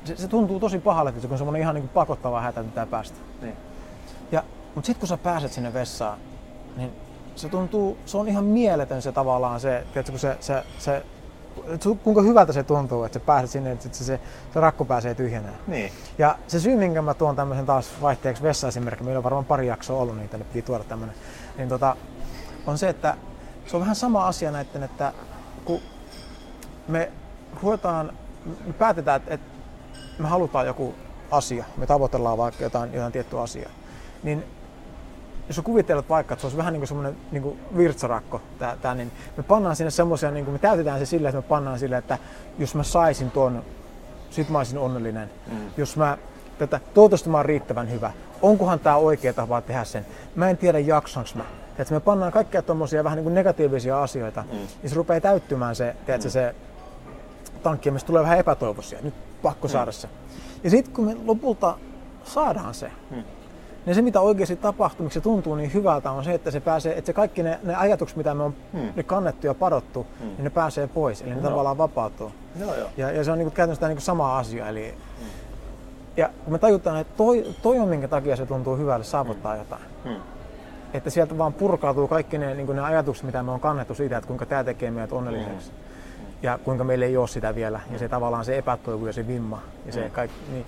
se, se tuntuu tosi pahalle, että se on semmoinen ihan niin kuin pakottava hätä, että pitää päästä. Niin. Ja, mutta sitten kun sä pääset sinne vessaan, niin se tuntuu, se on ihan mieletön se tavallaan se, tiedätkö, kun se, se, se, se, kuinka hyvältä se tuntuu, että sä pääset sinne, että se, se, se rakko pääsee tyhjeneen. Niin. Ja se syy, minkä mä tuon tämmöisen taas vaihteeksi vessa-esimerkki, meillä on varmaan pari jaksoa ollut, niin tänne piti tuoda tämmöinen, niin tota, on se, että se on vähän sama asia näitten, että kun me ruvetaan, me päätetään, että, että me halutaan joku asia, me tavoitellaan vaikka jotain, jotain tiettyä asiaa, niin jos sä kuvittelet vaikka, että se olisi vähän niin kuin semmoinen niin kuin virtsarakko, tää, tää, niin me pannaan sinne semmoisia, niin kuin me täytetään se silleen, että me pannaan silleen, että jos mä saisin ton, sit mä olisin onnellinen. Mm. Jos mä, tätä, toivottavasti mä oon riittävän hyvä. Onkohan tää oikea tapa tehdä sen? Mä en tiedä jaksanko mä. Että me pannaan kaikkia tommosia vähän niin kuin negatiivisia asioita, mm. niin se rupeaa täyttymään se, tiedätkö, mm. se tankki, ja meistä tulee vähän epätoivoisia. Nyt pakko mm. saada se. Ja sitten kun me lopulta saadaan se, mm. niin se mitä oikeasti tapahtuu, miksi se tuntuu niin hyvältä, on se, että se pääsee, että se kaikki ne, ne ajatukset, mitä me on hmm. ne kannettu ja padottu, hmm. niin ne pääsee pois, eli ne no. tavallaan vapautuu. No, ja, ja se on niin kuin, käytännössä niin kuin sama asia. Eli, hmm. ja kun me tajutaan, että toi, toi on minkä takia se tuntuu hyvälle saavuttaa hmm. jotain. Hmm. Että sieltä vaan purkautuu kaikki ne, niin kuin ne ajatukset, mitä me on kannettu siitä, että kuinka tämä tekee meidät onnelliseksi. Hmm. Ja kuinka meillä ei ole sitä vielä. Ja se tavallaan se epätoivu ja se vimma. Ja se hmm. kaikki, niin,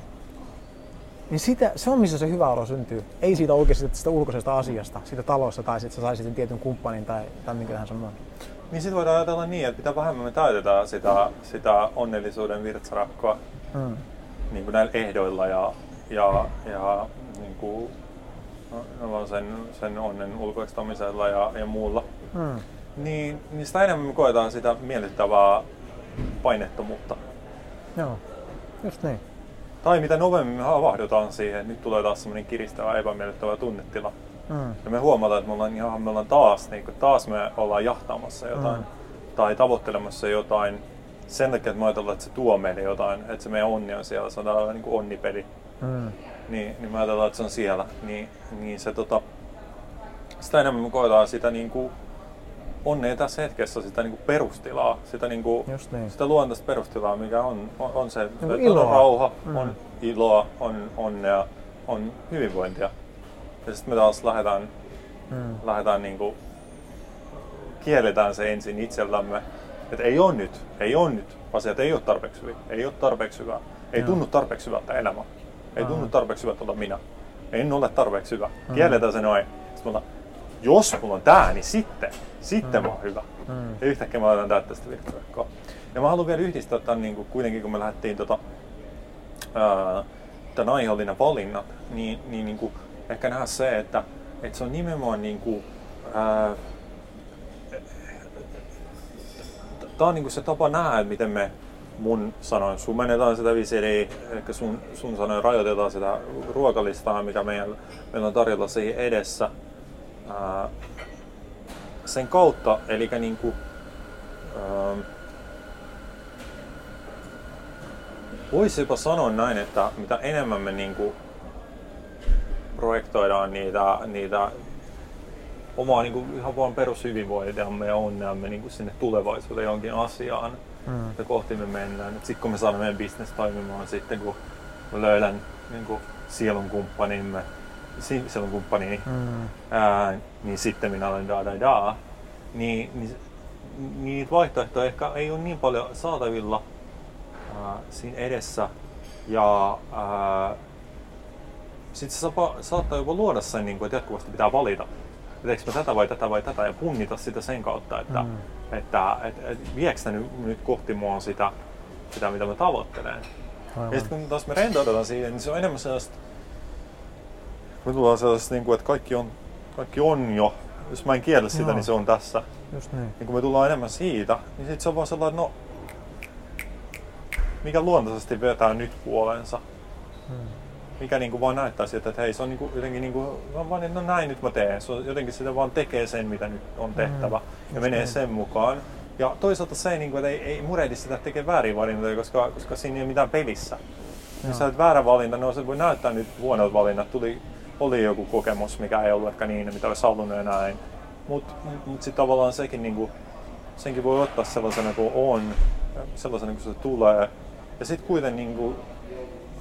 Niin sitä, se on missä se hyvä olo syntyy. Ei siitä oikeasti sitä ulkoisesta asiasta, siitä talosta tai että sä saisit sen tietyn kumppanin tai, tai minkä tahansa muun. Niin sit voidaan ajatella niin, että mitä vähemmän me täytetään sitä, sitä onnellisuuden virtsarakkoa mm. niin kuin näillä ehdoilla ja, ja, ja niin kuin, no, sen, sen onnen ulkoistamisella ja, ja muulla. Mm. Niin, niin sitä enemmän me koetaan sitä miellyttävää painettomuutta. Joo, just niin. Tai mitä nopeammin me havahdutaan siihen, että nyt tulee taas semmoinen kiristävä, epämiellyttävä tunnetila. Mm. Ja me huomataan, että me ollaan, ihan, me ollaan taas, niin kuin, taas me ollaan jahtaamassa jotain mm. tai tavoittelemassa jotain sen takia, että me ajatellaan, että se tuo meille jotain, että se meidän onni on siellä, se on tällainen niin kuin onnipeli. Mm. Niin, niin me ajatellaan, että se on siellä. Niin, niin se, tota, sitä enemmän me koetaan sitä niin kuin onnea tässä hetkessä, sitä niin kuin perustilaa, sitä, niin kuin, niin. sitä luontaista perustilaa, mikä on, on, on se, että on rauha, mm. on iloa, on onnea, on hyvinvointia. Ja sitten me taas lähdetään, mm. lähdetään niin kuin, kielletään se ensin itsellämme, että ei ole nyt, ei ole nyt, asiat ei ole tarpeeksi hyviä, ei ole tarpeeksi hyvää, ei Joo. tunnu tarpeeksi hyvältä elämä, ei Aha. tunnu tarpeeksi hyvältä olla minä, en ole tarpeeksi hyvä, mm. kielletään se noin. Sitten jos mulla on tää, niin sitten, sitten mm. mä oon hyvä. Mm. Ja yhtäkkiä mä aloitan täyttää sitä virtsarakkoa. Ja mä haluan vielä yhdistää tämän niin kuin, kuitenkin, kun me lähdettiin tota, ää, tämän aiheellinen valinnat, niin, niin, niin kuin, ehkä nähdä se, että, että se on nimenomaan niin kuin, ää, tää on niin kuin se tapa nähdä, että miten me mun sanoin sumennetaan sitä visiriä, eli sun, sun sanoin rajoitetaan sitä ruokalistaa, mikä meillä, meillä on tarjolla siihen edessä. Ää, sen kautta, eli niinku, ää, voisi jopa sanoa näin, että mitä enemmän me niinku projektoidaan niitä, niitä omaa niinku ihan vaan perushyvinvointiamme ja onneamme niinku sinne tulevaisuuteen jonkin asiaan, mm. että kohti me mennään. Sitten kun me saadaan meidän business toimimaan, sitten kun mä löydän niinku sielun kumppanimme, silloin kumppani, mm. ää, niin sitten minä olen da da da, niin, niin niitä vaihtoehtoja ehkä ei ole niin paljon saatavilla ää, siinä edessä. Ja sitten se sapa, saattaa jopa luoda sen, niin kuin, että jatkuvasti pitää valita, teekö mä tätä vai tätä vai tätä, ja punnita sitä sen kautta, että, mm. että et, et, viekö nyt, nyt kohti mua sitä, sitä, mitä mä tavoittelen. Aivan. Ja sitten kun taas me rentoudutaan siihen, niin se on enemmän sellaista, me tullaan sellaista, että kaikki on, kaikki on jo, jos mä en kiellä sitä, no. niin se on tässä. Just niin. Ja kun me tullaan enemmän siitä, niin sit se on vaan sellainen, no, mikä luontaisesti vetää nyt puolensa. Hmm. Mikä niinku vaan näyttää siltä, että hei, se on niinku jotenkin niinku, vaan, että no näin nyt mä teen. Se on jotenkin sitä vaan tekee sen, mitä nyt on tehtävä hmm. ja menee niin. sen mukaan. Ja toisaalta se, niinku, että ei, ei murehdi sitä tekee väärin valintoja, koska, koska siinä ei ole mitään pelissä. Joo. Jos sä olet väärä valinta, no se voi näyttää nyt huonolta valinnat. Tuli, oli joku kokemus, mikä ei ollut ehkä niin, mitä olisi halunnut ja näin. Mutta mut sitten tavallaan sekin, niinku, senkin voi ottaa sellaisena kuin on, sellaisena kuin se tulee. Ja sitten kuitenkin niinku,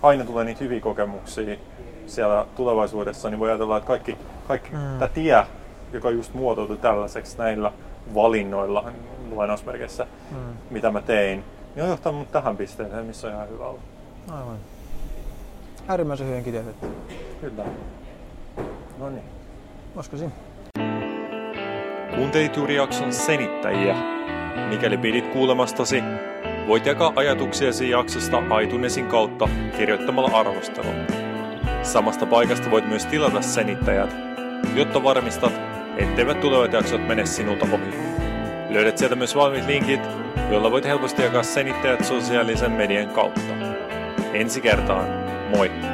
aina tulee niitä hyviä kokemuksia siellä tulevaisuudessa, niin voi ajatella, että kaikki, kaikki mm. tämä tie, joka just muotoutui tällaiseksi näillä valinnoilla, lainausmerkeissä, mm. mitä mä tein, niin on johtanut mut tähän pisteeseen, missä on ihan hyvä olla. Aivan. Äärimmäisen hyvin kiteytetty. Kyllä. No niin. Olisiko siinä? Kuuntelit juuri jakson Senittäjiä. Mikäli pidit kuulemastasi, voit jakaa ajatuksiasi jaksosta iTunesin kautta kirjoittamalla arvostelun. Samasta paikasta voit myös tilata Senittäjät, jotta varmistat, etteivät tulevat jaksot mene sinulta ohi. Löydät sieltä myös valmiit linkit, joilla voit helposti jakaa Senittäjät sosiaalisen median kautta. Ensi kertaan, moi!